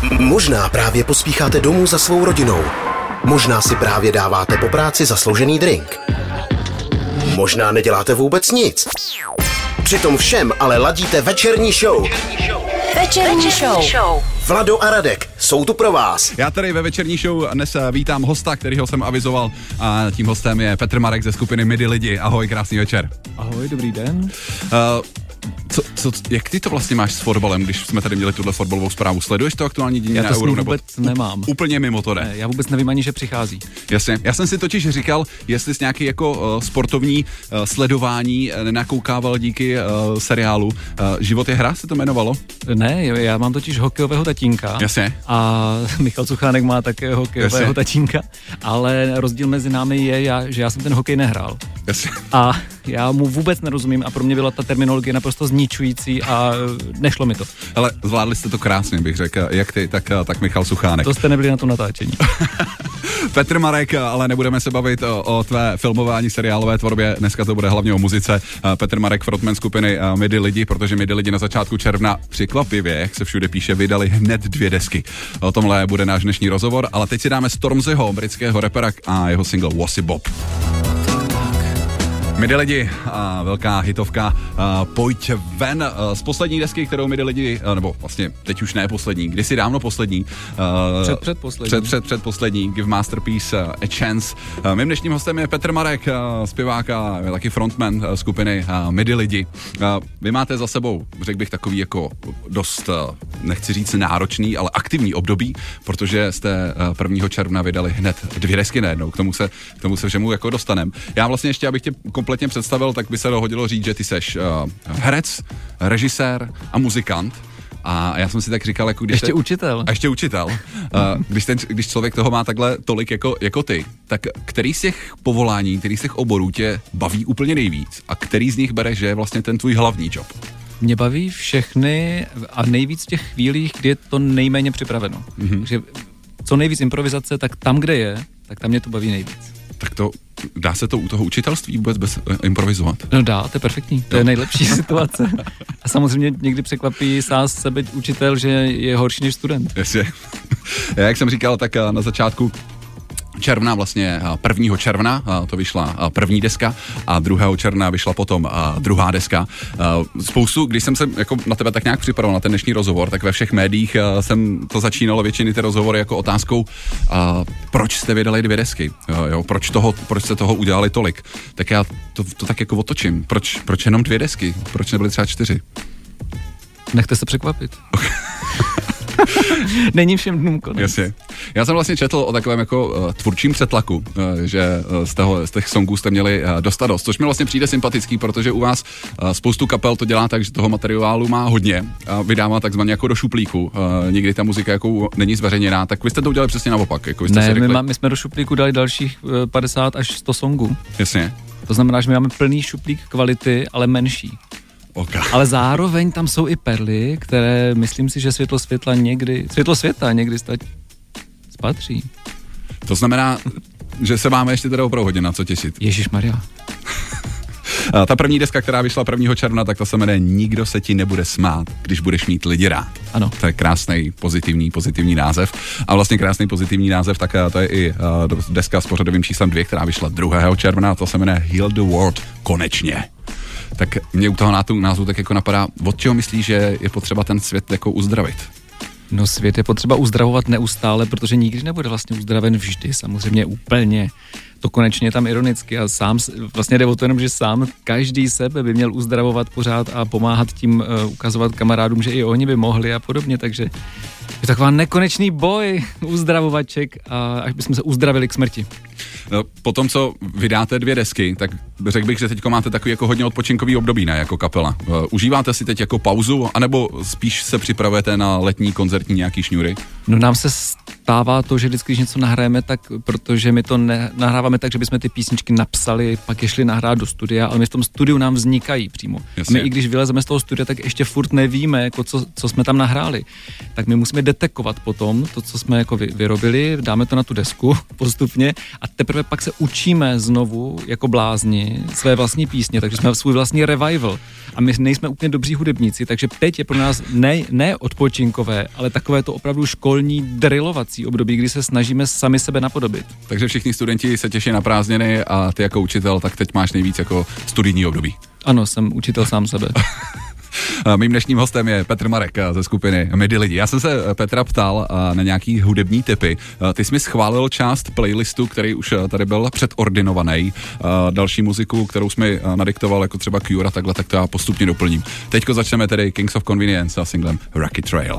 Možná právě pospícháte domů za svou rodinou. Možná si právě dáváte po práci zasloužený drink. Možná neděláte vůbec nic. Přitom všem ale ladíte večerní show. Večerní show. Vlado a Radek jsou tu pro vás. Já tady ve večerní show dnes vítám hosta, kterýho jsem avizoval. A tím hostem je Petr Marek ze skupiny Midi Lidi. Ahoj, krásný večer. Ahoj, dobrý den. Jak ty to vlastně máš s fotbalem, když jsme tady měli tuhle fotbalovou zprávu? Sleduješ to aktuální dění na Euro? Já to vůbec nemám. Úplně mimo to, ne? Já vůbec nevím ani, že přichází. Jasně. Já jsem si totiž říkal, jestli jsi nějaký jako sportovní sledování nenakoukával díky seriálu. Život je hra se to jmenovalo? Ne, já mám totiž hokejového tatínka. Jasně. A Michal Suchánek má také hokejového tatínka, ale rozdíl mezi námi je, že já jsem ten hokej nehrál. Jasně. A já mu vůbec nerozumím a pro mě byla ta terminologie naprosto zničující a nešlo mi to. Ale zvládli jste to krásně, bych řekl, jak ty, tak Michal Suchánek. To jste nebyli na tom natáčení. Petr Marek, ale nebudeme se bavit o tvé filmování, seriálové tvorbě, dneska to bude hlavně o muzice. Petr Marek, frontman skupiny Midi Lidi, protože Midi Lidi na začátku června překvapivě, jak se všude píše, vydali hned 2 desky. O tomhle bude náš dnešní rozhovor, ale teď si dáme Stormzyho, britského rapera, a jeho single Wossy Bob. Midi Lidi, velká hitovka, Pojď ven, z poslední desky, kterou Midi Lidi, nebo vlastně teď už ne poslední, kdysi dávno poslední. Předposlední, Give Masterpiece a Chance. Mým dnešním hostem je Petr Marek, zpěvák a taky frontman skupiny Midi Lidi. Vy máte za sebou, řekl bych, takový jako dost, nechci říct náročný, ale aktivní období, protože jste 1. června vydali hned 2 desky najednou, k tomu se všemu jako dostanem. Já vlastně ještě, abych tě kompletně představil, tak by se dohodilo říct, že ty seš herec, režisér a muzikant. A já jsem si tak říkal, jako když... Ještě učitel. Když člověk toho má takhle tolik jako ty, tak který z těch povolání, který z těch oborů tě baví úplně nejvíc a který z nich bere, že je vlastně ten tvůj hlavní job? Mě baví všechny a nejvíc v těch chvílích, kdy je to nejméně připraveno. Takže co nejvíc improvizace, tak tam, kde je, tak tam mě to baví nejvíc. Tak to dá se to u toho učitelství vůbec bez improvizovat? No dá, to je perfektní, to je nejlepší situace. A samozřejmě někdy překvapí sám sebe učitel, že je horší než student. Jasně. Jak jsem říkal, tak na začátku června, vlastně 1. června to vyšla první deska a 2. června vyšla potom druhá deska. Spoustu, když jsem se jako na tebe tak nějak připravil na ten dnešní rozhovor, tak ve všech médiích jsem to začínalo většiny ty rozhovory jako otázkou, proč jste vydali 2 desky, jo, proč jste toho udělali tolik. Tak já to tak jako otočím. Proč jenom 2 desky? Proč nebyly třeba 4? Nechte se překvapit. Není všem dnům konec. Jasně. Já jsem vlastně četl o takovém jako tvůrčím přetlaku, že z těch songů jste měli dostat dost, což mi vlastně přijde sympatický, protože u vás spoustu kapel to dělá tak, že toho materiálu má hodně a vydává takzvaně jako do šuplíku. Nikdy ta muzika jako není zveřejněná, tak vy jste to udělali přesně naopak. Jako jste my jsme do šuplíku dali dalších 50 až 100 songů. Jasně. To znamená, že my máme plný šuplík kvality, ale menší. Okay. Ale zároveň tam jsou i perly, které myslím si, že světlo světa někdy spatří. To znamená, že se máme ještě teda opravdu hodně na co těšit. Ježišmarja. Ta první deska, která vyšla 1. června, tak to se jmenuje Nikdo se ti nebude smát, když budeš mít lidi rád. Ano. To je krásný pozitivní název. A vlastně krásný pozitivní název, tak to je i deska s pořadovým číslem 2, která vyšla 2. června, to se jmenuje Heal the World, konečně. Tak mě u toho názvu tak jako napadá, od čeho myslíš, že je potřeba ten svět jako uzdravit? No, svět je potřeba uzdravovat neustále, protože nikdy nebude vlastně uzdraven vždy, samozřejmě úplně. To konečně je tam ironicky a sám vlastně jde o to jenom, že sám každý sebe by měl uzdravovat pořád a pomáhat tím ukazovat kamarádům, že i oni by mohli a podobně, takže je taková nekonečný boj uzdravovaček a až bychom se uzdravili k smrti. No, po tom, co vydáte 2 desky, tak řekl bych, že teďko máte takový jako hodně odpočinkový období, ne, jako kapela. Užíváte si teď jako pauzu, anebo spíš se připravujete na letní koncertní nějaký šňůry? No, nám se stává to, že vždycky, když něco nahrajeme, tak protože my to nahráváme tak, že bychom ty písničky napsali, pak je šli nahrát do studia, ale my v tom studiu nám vznikají přímo. Jasně. My i když vylezeme z toho studia, tak ještě furt nevíme, jako co jsme tam nahráli. Tak my musíme detekovat potom to, co jsme jako vyrobili, dáme to na tu desku postupně a teprve pak se učíme znovu jako blázni své vlastní písně, takže jsme svůj vlastní revival a my nejsme úplně dobří hudebníci, takže teď je pro nás ne odpočinkové, ale takové to opravdu školní drillovací období, kdy se snažíme sami sebe napodobit. Takže všichni studenti se těší na prázdniny a ty jako učitel, tak teď máš nejvíc jako studijní období. Ano, jsem učitel sám sebe. Mým dnešním hostem je Petr Marek ze skupiny Midi lidi. Já jsem se Petra ptal na nějaký hudební tipy. Ty jsi mi schválil část playlistu, který už tady byl předordinovaný. Další muziku, kterou jsi mi nadiktoval, jako třeba Cure a takhle, tak to já postupně doplním. Teďko začneme tedy Kings of Convenience a singlem Rocky Trail.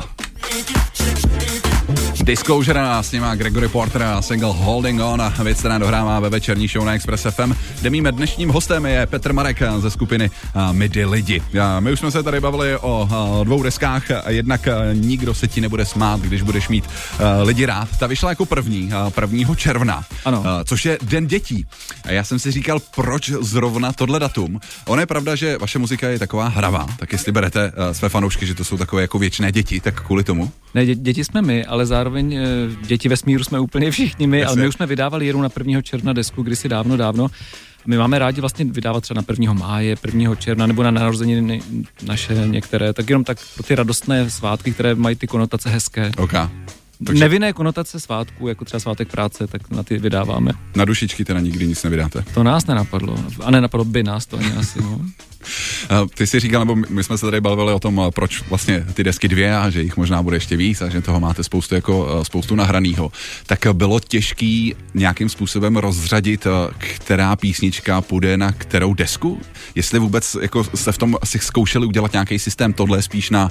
Disclosure a s nima Gregory Porter a single Holding On a věc, která dohrává ve večerní show na Express FM, kde mým dnešním hostem je Petr Marek ze skupiny Midi lidi. My už jsme se tady bavili o dvou deskách, jednak Nikdo se ti nebude smát, když budeš mít lidi rád. Ta vyšla jako první, 1. června, ano. Což je Den dětí. A já jsem si říkal, proč zrovna tohle datum. Ono je pravda, že vaše muzika je taková hravá, tak jestli berete své fanoušky, že to jsou takové jako věčné děti, tak kvůli tomu? Ne, děti jsme my, ale zároveň děti vesmíru jsme úplně všichni my, ale my už jsme vydávali jenom na 1. června desku kdysi dávno. My máme rádi vlastně vydávat třeba na 1. máje, 1. června nebo na narozeniny naše některé, tak jenom tak pro ty radostné svátky, které mají ty konotace hezké. Okay. Takže... Nevinné konotace svátků, jako třeba svátek práce, tak na ty vydáváme. Na dušičky teda nikdy nic nevydáte? To nás nenapadlo. A nenapadlo by nás to ani asi, no. Ty jsi říkal, nebo my jsme se tady bavili o tom, proč vlastně ty desky 2 a že jich možná bude ještě víc a že toho máte spoustu nahranýho. Tak bylo těžký nějakým způsobem rozřadit, která písnička půjde na kterou desku? Jestli vůbec jako jste v tom si zkoušeli udělat nějaký systém, tohle je spíš na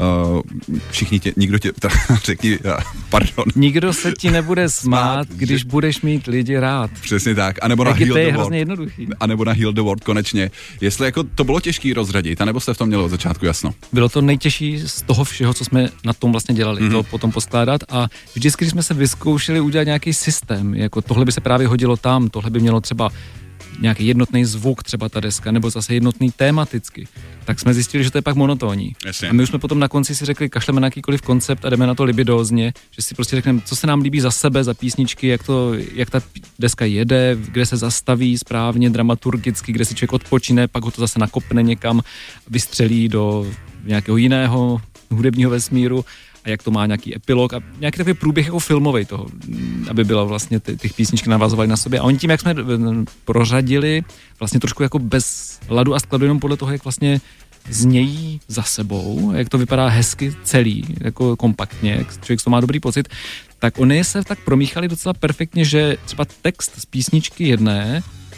pardon. Nikdo se ti nebude smát, když budeš mít lidi rád. Přesně tak. A nebo na Heal the World. Hrozně jednoduchý. A nebo na Heal the World konečně. Jestli jako to bylo těžký rozřadit, anebo jste v tom měli od začátku jasno? Bylo to nejtěžší z toho všeho, co jsme na tom vlastně dělali, to potom poskládat a vždycky, když jsme se vyzkoušeli udělat nějaký systém, jako tohle by se právě hodilo tam, tohle by mělo třeba nějaký jednotný zvuk, třeba ta deska, nebo zase jednotný tematicky, tak jsme zjistili, že to je pak monotónní. Jasně. A my už jsme potom na konci si řekli, kašleme na jakýkoliv koncept a jdeme na to libidózně, že si prostě řekneme, co se nám líbí za sebe, za písničky, jak ta deska jede, kde se zastaví správně, dramaturgicky, kde si člověk odpočine, pak ho to zase nakopne někam, vystřelí do nějakého jiného hudebního vesmíru. A jak to má nějaký epilog a nějaký takový průběh jako filmovej toho, aby byla vlastně ty písničky navazovaly na sobě. A oni tím, jak jsme prořadili, vlastně trošku jako bez ladu a skladu, jenom podle toho, jak vlastně znějí za sebou, jak to vypadá hezky celý, jako kompaktně, jak člověk z toho má dobrý pocit, tak oni se tak promíchali docela perfektně, že třeba text z písničky jedné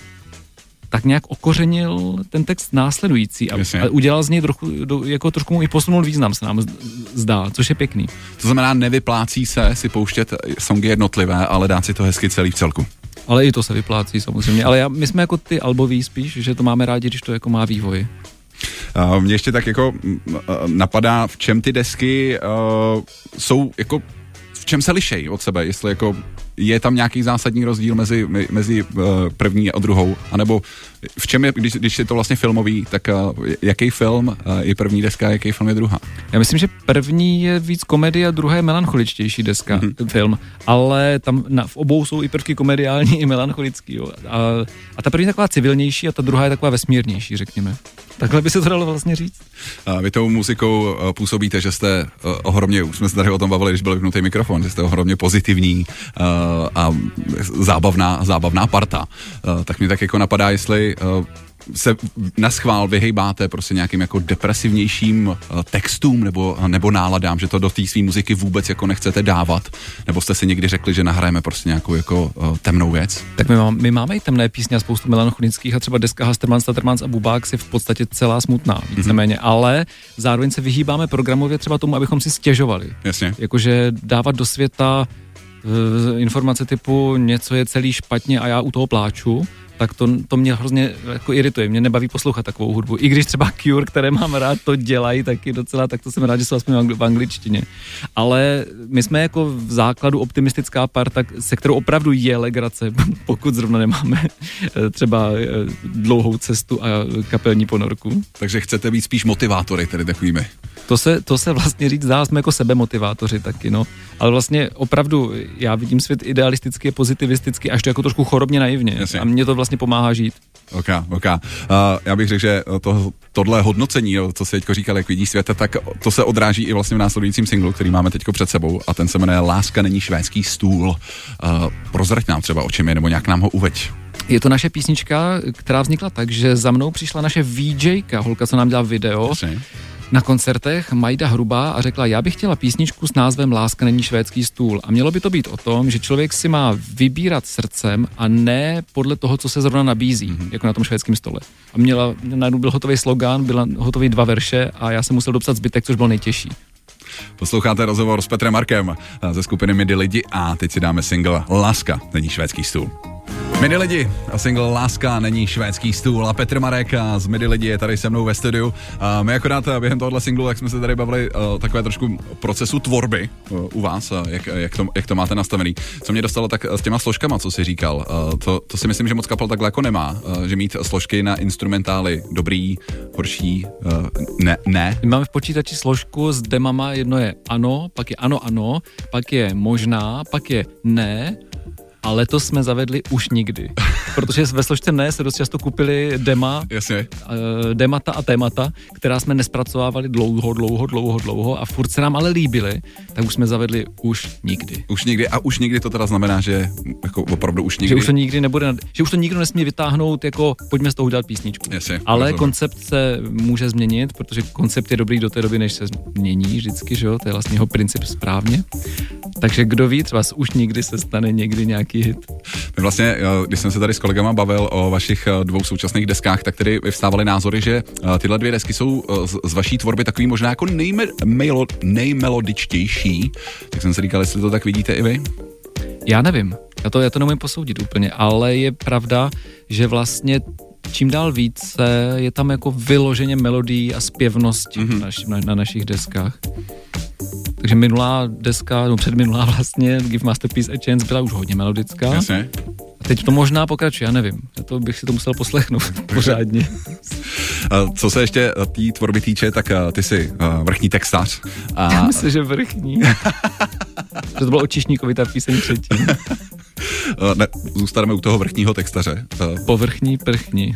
tak nějak okořenil ten text následující a udělal z něj trošku mu i posunul význam, se nám zdá, což je pěkný. To znamená, nevyplácí se si pouštět songy jednotlivé, ale dát si to hezky celý v celku. Ale i to se vyplácí samozřejmě, ale my jsme jako ty alboví spíš, že to máme rádi, když to jako má vývoj. Mě ještě tak jako napadá, v čem ty desky jsou jako, v čem se lišejí od sebe, jestli jako je tam nějaký zásadní rozdíl mezi první a druhou, anebo v čem je, když je to vlastně filmový, tak jaký film je první deska, jaký film je druhá? Já myslím, že první je víc komedie a druhá je melancholičtější deska, film, ale tam v obou jsou i prvky komediální i melancholický. Jo. A ta první je taková civilnější a ta druhá je taková vesmírnější, řekněme. Takhle by se to dalo vlastně říct. Vy tou muzikou působíte, že jste ohromně, už jsme se tady o tom bavili, když byl vypnutý mikrofon, že jste ohromně pozitivní a zábavná parta. Tak mě tak jako napadá, jestli se naschvál vyhejbáte prostě nějakým jako depresivnějším textům nebo náladám, že to do té svý muziky vůbec jako nechcete dávat, nebo jste si někdy řekli, že nahrajeme prostě nějakou jako temnou věc? Tak my máme i temné písně a spoustu melancholických a třeba deska Hastermans, Tatermans a Bubák si v podstatě celá smutná, víceméně, ale zároveň se vyhýbáme programově třeba tomu, abychom si stěžovali. Jasně. Jakože dávat do světa informace typu něco je celý špatně a já u toho pláču, tak to mě hrozně jako irituje. Mě nebaví poslouchat takovou hudbu. I když třeba Cure, které mám rád, to dělají taky docela, tak to jsem rád, že jsou aspoň v angličtině. Ale my jsme jako v základu optimistická parta, se kterou opravdu je legrace, pokud zrovna nemáme třeba dlouhou cestu a kapelní ponorku. Takže chcete být spíš motivátory, tedy takovými. To se vlastně říct dá, jsme jako sebemotivátoři taky, no. Ale vlastně opravdu já vidím svět idealisticky, pozitivisticky, až to jako trošku chorobně naivně. Jasně. A mě to vlastně pomáhá žít. Ok. Já bych řekl, že tohle hodnocení, co si teďko říkal, jak vidí svět, tak to se odráží i vlastně v následujícím singlu, který máme teďko před sebou a ten se jmenuje Láska není švédský stůl. Prozrať nám třeba o čem je, nebo nějak nám ho uveď. Je to naše písnička, která vznikla tak, že za mnou přišla naše VJka, holka, co nám dělá video, na koncertech, Majda Hrubá, a řekla, já bych chtěla písničku s názvem Láska není švédský stůl. A mělo by to být o tom, že člověk si má vybírat srdcem a ne podle toho, co se zrovna nabízí, jako na tom švédském stole. A najednou byl hotový slogan, byl hotový 2 verše a já jsem musel dopsat zbytek, což bylo nejtěžší. Posloucháte rozhovor s Petrem Markem ze skupiny Midi Lidi a teď si dáme single Láska není švédský stůl. Midi Lidi a single Láska není švédský stůl a Petr Marek z Midi Lidi je tady se mnou ve studiu. My akorát během tohohle singlu, jak jsme se tady bavili takové trošku procesu tvorby u vás, jak to máte nastavený. Co mě dostalo tak s těma složkama, co jsi říkal, to si myslím, že moc kapel takhle jako nemá, že mít složky na instrumentály dobrý, horší, ne. My máme v počítači složku s demama, jedno je ano, pak je ano, pak je možná, pak je ne. A letos jsme zavedli už nikdy. Protože ve složce ne se dost často kupili demata a témata, která jsme nespracovávali dlouho a furt se nám ale líbily, tak už jsme zavedli už nikdy. Už nikdy to teda znamená, že jako opravdu už nikdy. Že už to nikdy nebude, že už to nikdo nesmí vytáhnout, jako pojďme z toho udělat písničku. Ale rozumím. Koncept se může změnit, protože koncept je dobrý do té doby, než se změní vždycky, že jo, to je vlastně jeho princip správně. Takže kdo ví, třeba už nikdy se stane někdy nějaký hit. My vlastně, když jsem se tady s kolegama bavil o vašich 2 současných deskách, tak tedy vyvstávaly názory, že tyhle 2 desky jsou z vaší tvorby takový možná jako nejmelodičtější. Tak jsem si říkal, jestli to tak vidíte i vy? Já nevím, já to nemůžu posoudit úplně, ale je pravda, že vlastně čím dál více je tam jako vyloženě melodií a zpěvnosti na našich deskách. Takže minulá deska, no předminulá vlastně, Give Masterpiece a Chance byla už hodně melodická. Jasně. A teď to možná pokračuje, já nevím. To bych si to musel poslechnout pořádně. Co se ještě té tvorby týče, tak ty jsi vrchní textař. Já myslím, že vrchní. Že to bylo o Čišníkovi ta píseň předtím. Ne, zůstaneme u toho vrchního textaře. Povrchní, prchní.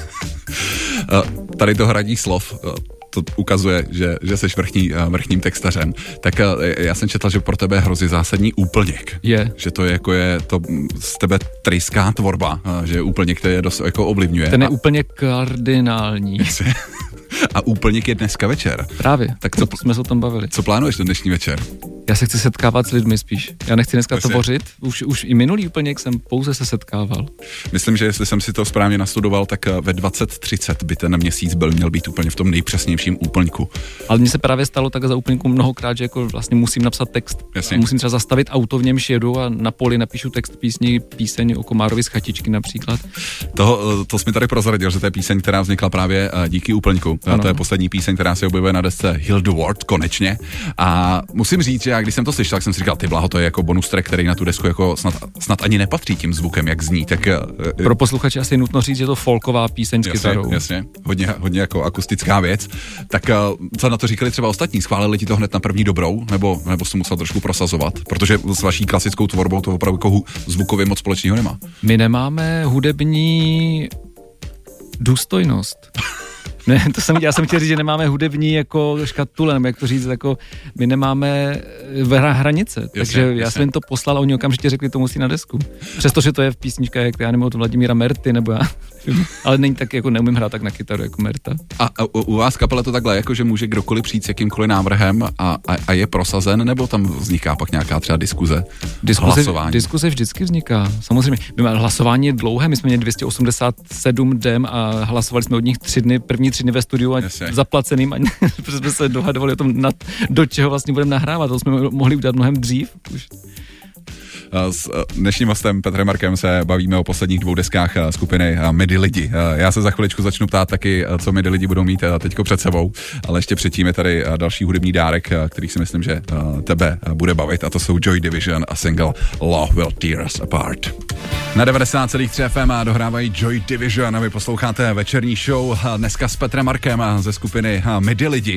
Tady to hradí slov, to ukazuje, že jsi vrchním textařem. Tak já jsem četl, že pro tebe je hrozně zásadní úplněk. Že to je to z tebe tryská tvorba, že úplněk to je dost jako ovlivňuje. Ten je úplně kardinální. A úplněk je dneska večer. Právě, tak co jsme se o tom bavili. Co plánuješ na dnešní večer? Já se chci setkávat s lidmi spíš. Já nechci dneska tvořit. Už i minulý úplněk jsem pouze se setkával. Myslím, že jestli jsem si to správně nastudoval, tak ve 2030 by ten měsíc měl být úplně v tom nejpřesnějším úplňku. Ale mně se právě stalo tak za úplňku mnohokrát, že jako vlastně musím napsat text. Musím třeba zastavit auto, v němž jedu a na poli napíšu text píseň o Komárovi z chatičky například. To jsi mi tady prozradil, že to je píseň, která vznikla právě díky úplňku. To je poslední píseň, která se objevuje na desce Hilda Ward konečně. A musím říct, že já když jsem to slyšel, tak jsem si říkal, ty blaho, to je jako bonus track, který na tu desku jako snad ani nepatří tím zvukem, jak zní. Tak pro posluchače asi nutno říct, že je to folková píseň s kytarou. Jasně, hodně jako akustická věc. Tak co na to říkali třeba ostatní? Schválili ti to hned na první dobrou, nebo jsi musel trošku prosazovat? Protože s vaší klasickou tvorbou to opravdu jako zvukově moc společného nemá. My nemáme hudební důstojnost. Ne, já jsem chtěl říct, že nemáme hudební jako škatule, nebo jak to říct, jako my nemáme hranice, takže já jsem jim to poslal a oni okamžitě řekli, to musí na desku. Přestože to je v písničkách, jak já nevím, od Vladimíra Merty, nebo já ale není tak, jako neumím hrát tak na kytaru jako Merta. A u vás kapele to takhle, jako že může kdokoliv přijít s jakýmkoliv návrhem a je prosazen, nebo tam vzniká pak nějaká třeba diskuze? Diskuze vždycky vzniká, samozřejmě. Hlasování je dlouhé, my jsme měli 287 dem a hlasovali jsme od nich první 3 dny ve studiu a zaplaceným, protože jsme se dohadovali o tom, do čeho vlastně budeme nahrávat, to jsme mohli udělat mnohem dřív už. S dnešním hostem Petrem Markem se bavíme o posledních 2 deskách skupiny Midi lidi. Já se za chviličku začnu ptát taky, co Midi lidi budou mít teďko před sebou, ale ještě předtím je tady další hudební dárek, který si myslím, že tebe bude bavit, a to jsou Joy Division a single Love Will Tear Us Apart. Na 90,3 FM dohrávají Joy Division a vy posloucháte večerní show dneska s Petrem Markem ze skupiny Midi lidi.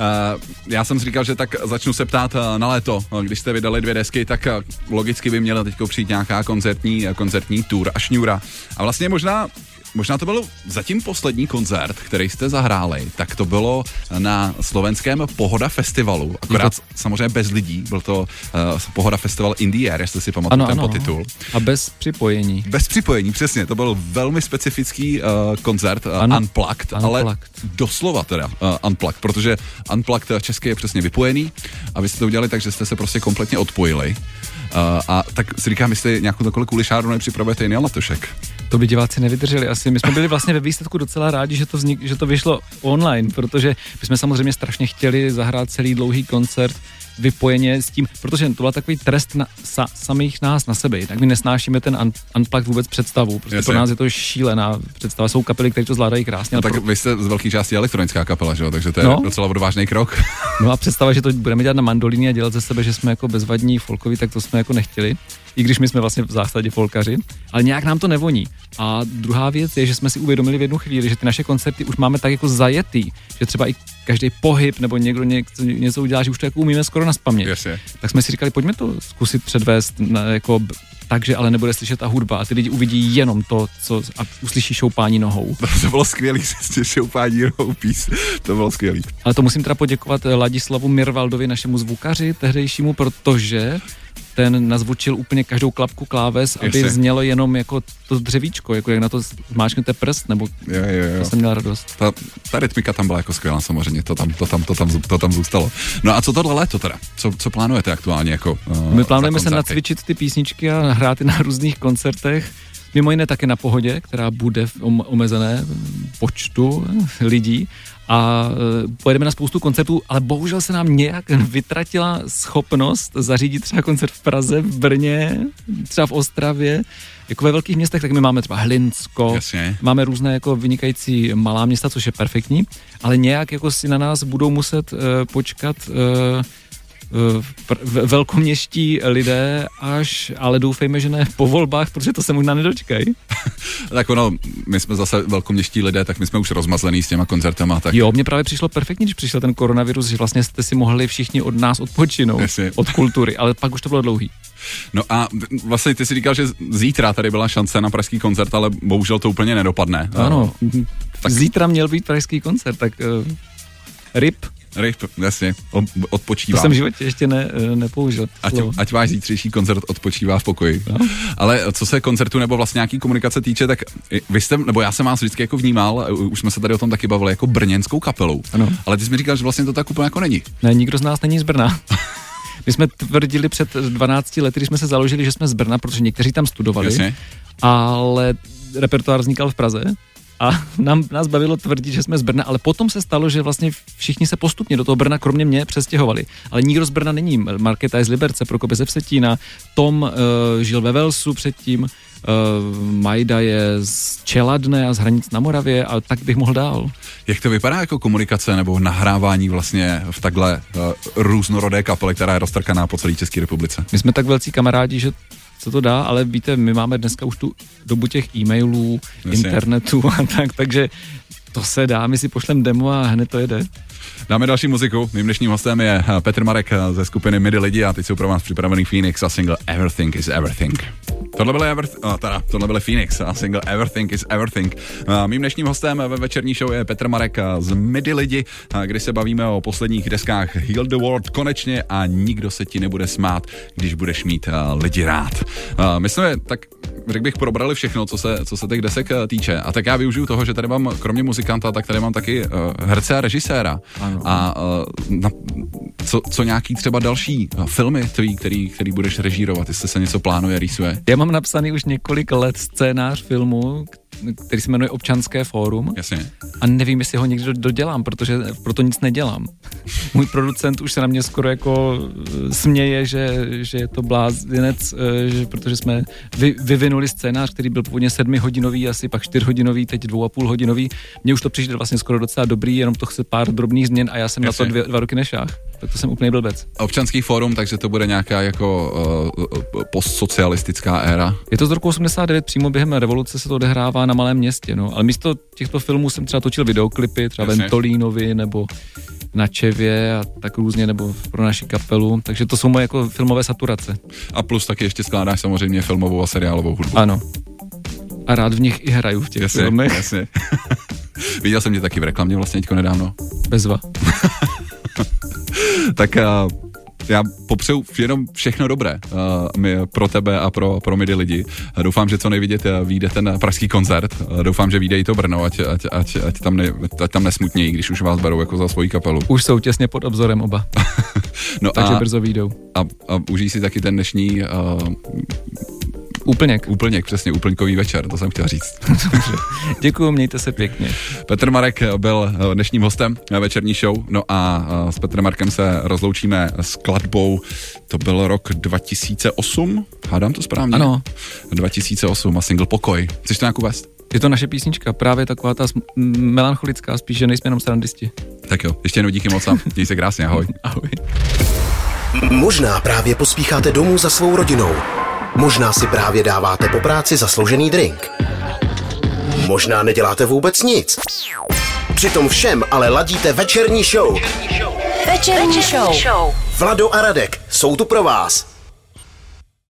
Já jsem si říkal, že tak začnu se ptát na léto. Když jste vydali 2 desky, tak logicky by měla teďko přijít nějaká koncertní tour a šňůra. A vlastně možná to byl zatím poslední koncert, který jste zahráli, tak to bylo na slovenském Pohoda festivalu, akorát samozřejmě bez lidí, byl to Pohoda festival in the air, jestli si pamatuju ten podtitul. A bez připojení. Bez připojení, přesně, to byl velmi specifický koncert, unplugged, ale doslova teda unplugged, protože unplugged česky je přesně vypojený a vy jste to udělali tak, že jste se prostě kompletně odpojili. A tak si říkám, jestli nějakou takové kulišáru nepřipravujete jiný Letošek. To by diváci nevydrželi asi. My jsme byli vlastně ve výsledku docela rádi, že to vyšlo online, protože my jsme samozřejmě strašně chtěli zahrát celý dlouhý koncert vypojeně s tím, protože to byl takový trest na samých nás na sebe. Tak my nesnášíme ten unplugged vůbec představu. Prostě pro nás je to šílená představa. Jsou kapely, které to zvládají krásně. No tak vy jste z velké části elektronická kapela, že jo? Takže to je docela odvážný krok. No a představa, že to budeme dělat na mandolíně a dělat ze sebe, že jsme jako bezvadní folkoví, tak to jsme jako nechtěli. I když my jsme vlastně v zásadě folkaři, ale nějak nám to nevoní. A druhá věc je, že jsme si uvědomili v jednu chvíli, že ty naše koncerty už máme tak jako zajetý, že třeba i každý pohyb nebo někdo něco udělá, že už to jako umíme skoro nazpaměť. Jasně. Tak jsme si říkali, pojďme to zkusit předvést jako takže ale nebude slyšet ta hudba a ty lidi uvidí jenom to, co a uslyší šoupání nohou. To bylo skvělý, šoupání nohou pís. To bylo skvělý. Ale to musím teda poděkovat Ladislavu Mirvaldovi, našemu zvukaři tehdejšímu, protože ten nazvučil úplně každou klapku kláves, aby znělo jenom jako to dřevíčko, jako jak na to zmáčknete prst, nebo jo. To jsem měl radost. Ta rytmika tam byla jako skvělá samozřejmě, to tam zůstalo. No a co tohle léto teda? Co plánujete aktuálně jako My plánujeme se nacvičit ty písničky a hrát na různých koncertech. Mimo jiné také na Pohodě, která bude v omezené počtu lidí. A pojedeme na spoustu koncertů, ale bohužel se nám nějak vytratila schopnost zařídit třeba koncert v Praze, v Brně, třeba v Ostravě. Jako ve velkých městech, tak my máme třeba Hlinsko, máme různé jako vynikající malá města, což je perfektní, ale nějak jako si na nás budou muset počkat velkoměstští lidé ale doufejme, že ne po volbách, protože to se možná nedočkají. Tak my jsme zase velkoměstští lidé, tak my jsme už rozmazlený s těma koncertama. Tak... Jo, mně právě přišlo perfektně, když přišel ten koronavirus, že vlastně jste si mohli všichni od nás odpočinout, od kultury, ale pak už to bylo dlouhý. No a vlastně ty si říkal, že zítra tady byla šance na pražský koncert, ale bohužel to úplně nedopadne. Ano, tak... Zítra měl být pražský koncert, tak RIP, jasně, odpočívá. To jsem v životě ještě nepoužil. Ať váš zítřejší koncert odpočívá v pokoji. No. Ale co se koncertu nebo vlastně nějaký komunikace týče, tak vy jste, nebo já jsem vás vždycky jako vnímal, už jsme se tady o tom taky bavili, jako brněnskou kapelou. Ano. Ale ty jsi mi říkal, že vlastně to tak úplně jako není. Ne, nikdo z nás není z Brna. My jsme tvrdili před 12 lety, když jsme se založili, že jsme z Brna, protože někteří tam studovali, jasně. Ale repertoár vznikal v Praze. A nás bavilo tvrdit, že jsme z Brna, ale potom se stalo, že vlastně všichni se postupně do toho Brna, kromě mě, přestěhovali. Ale nikdo z Brna není. Markéta je z Liberce, Prokop je ze Vsetína, Tom žil ve Velsu předtím, Majda je z Čeladné a z Hranic na Moravě a tak bych mohl dál. Jak to vypadá jako komunikace nebo nahrávání vlastně v takhle různorodé kapele, která je roztrkaná po celé České republice? My jsme tak velcí kamarádi, že co to dá, ale víte, my máme dneska už tu dobu těch e-mailů, internetu a tak, takže to se dá, my si pošlem demo a hned to jede. Dáme další muziku. Mým dnešním hostem je Petr Marek ze skupiny Midi lidi a teď jsou pro vás připravený Phoenix a single Everything is Everything. Tohle byl Phoenix a single Everything is Everything. Mým dnešním hostem ve večerní show je Petr Marek z Midi lidi, kdy se bavíme o posledních deskách Heal the World konečně a nikdo se ti nebude smát, když budeš mít lidi rád. My jsme tak, řekl bych, probrali všechno, co se těch desek týče. A tak já využiju toho, že tady mám kromě muzikanta, tak tady mám taky herce a režiséra. Ano. A co nějaký třeba další filmy tvý, který budeš režírovat, jestli se něco plánuje, rýsuje? Já mám napsaný už několik let scénář filmu, který se jmenuje Občanské fórum. Jasně. A nevím, jestli ho někdy dodělám, protože proto nic nedělám. Můj producent už se na mě skoro jako směje, že je to blázinec, protože jsme vyvinuli scénář, který byl původně 7hodinový, asi pak 4hodinový, teď 2,5hodinový. Mně už to přijde vlastně skoro docela dobrý, jenom to chce pár drobných změn a já jsem Jasně. na to 2 roky nešáhl. Tak to jsem úplný blbec. Občanský fórum, takže to bude nějaká jako postsocialistická éra. Je to z roku 89, přímo během revoluce se to odehrává na malém městě, no. Ale místo těchto filmů jsem třeba točil videoklipy, třeba Ventolínovi nebo Na Čevě a tak různě, nebo pro naši kapelu, takže to jsou moje jako filmové saturace. A plus taky ještě skládáš samozřejmě filmovou a seriálovou hudbu. Ano. A rád v nich i hraju v těch filmech. Jasně. Viděl jsem tě taky v reklamě vlastně teďko nedávno. Bezva. Tak já popřeju jenom všechno dobré pro tebe a pro Midi lidi. Doufám, že co nejvidět vyjde ten pražský koncert. Doufám, že vyjde i to Brno, ať tam nesmutnějí, když už vás berou jako za svoji kapelu. Už jsou těsně pod obzorem oba. No takže brzo vyjdou. A užij si taky ten dnešní Úplněk, přesně, úplňkový večer, to jsem chtěl říct. Děkuju, mějte se pěkně. Petr Marek byl dnešním hostem večerní show, no a s Petrem Markem se rozloučíme skladbou, to byl rok 2008, hádám to správně? Ano. 2008 a single Pokoj. Chceš to nějak uvést? Je to naše písnička, právě taková ta melancholická, spíš, že nejsme jenom srandisti. Tak jo, ještě jednou díky moc a měj se krásně, ahoj. Ahoj. Možná právě pospícháte domů za svou rodinou. Možná si právě dáváte po práci zasloužený drink. Možná neděláte vůbec nic. Přitom všem ale ladíte večerní show. Večerní show. Vlado a Radek jsou tu pro vás.